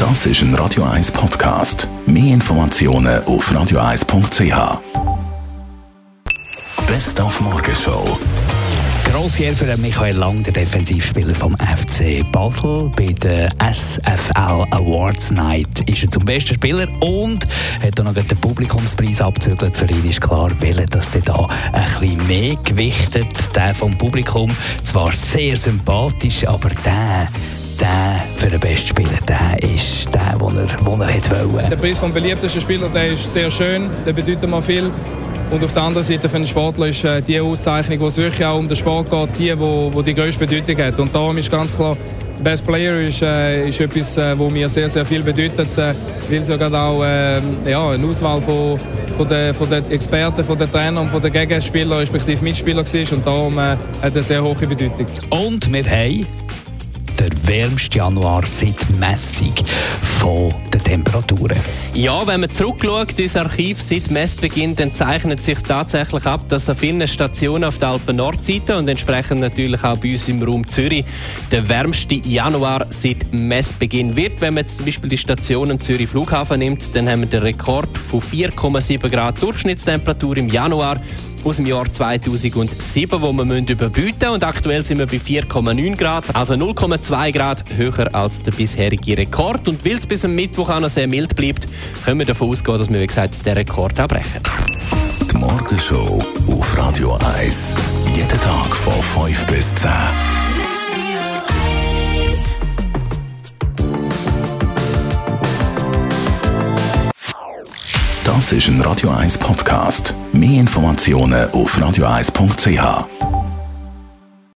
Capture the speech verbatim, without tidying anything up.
Das ist ein Radio eins Podcast. Mehr Informationen auf radio eins punkt c h. Best auf Morgenshow. Grosse Ehre für Michael Lang, der Defensivspieler vom F C Basel. Bei der S F L Awards Night ist er zum besten Spieler und hat auch noch den Publikumspreis abgezügelt. Für ihn ist klar, welcher das da ein bisschen mehr gewichtet. Der vom Publikum, zwar sehr sympathisch, aber der der für den besten Spieler, der ist der, den er, den er hätte wollen. Der Preis vom beliebtesten Spieler, der ist sehr schön, der bedeutet mir viel. Und auf der anderen Seite für den Sportler ist äh, die Auszeichnung, wo es wirklich auch um den Sport geht, die, wo, wo die grösste Bedeutung hat. Und darum ist ganz klar, Best Player ist, äh, ist etwas, äh, wo mir sehr, sehr viel bedeutet, äh, weil sogar auch äh, ja, eine Auswahl von, von den von der Experten, von den Trainern und von den Gegenspielern, respektive Mitspielern war. Und darum äh, hat er eine sehr hohe Bedeutung. Und wir haben der wärmste Januar seit Messung von den Temperaturen. Ja, wenn man zurückschaut ins Archiv seit Messbeginn, dann zeichnet es sich tatsächlich ab, dass an vielen Stationen auf der Alpen-Nordseite und entsprechend natürlich auch bei uns im Raum Zürich der wärmste Januar seit Messbeginn wird. Wenn man jetzt zum Beispiel die Station Zürich Flughafen nimmt, dann haben wir den Rekord von vier Komma sieben Grad Durchschnittstemperatur im Januar aus dem Jahr zweitausendsieben, wo wir überbieten müssen. Und aktuell sind wir bei vier Komma neun Grad, also null Komma zwei Grad höher als der bisherige Rekord. Und weil es bis am Mittwoch auch noch sehr mild bleibt, können wir davon ausgehen, dass wir, wie gesagt, den Rekord abbrechen. Die Morgenshow auf Radio eins. Jeden Tag von fünf bis zehn. Das ist ein Radio eins Podcast. Mehr Informationen auf radio eins punkt c h.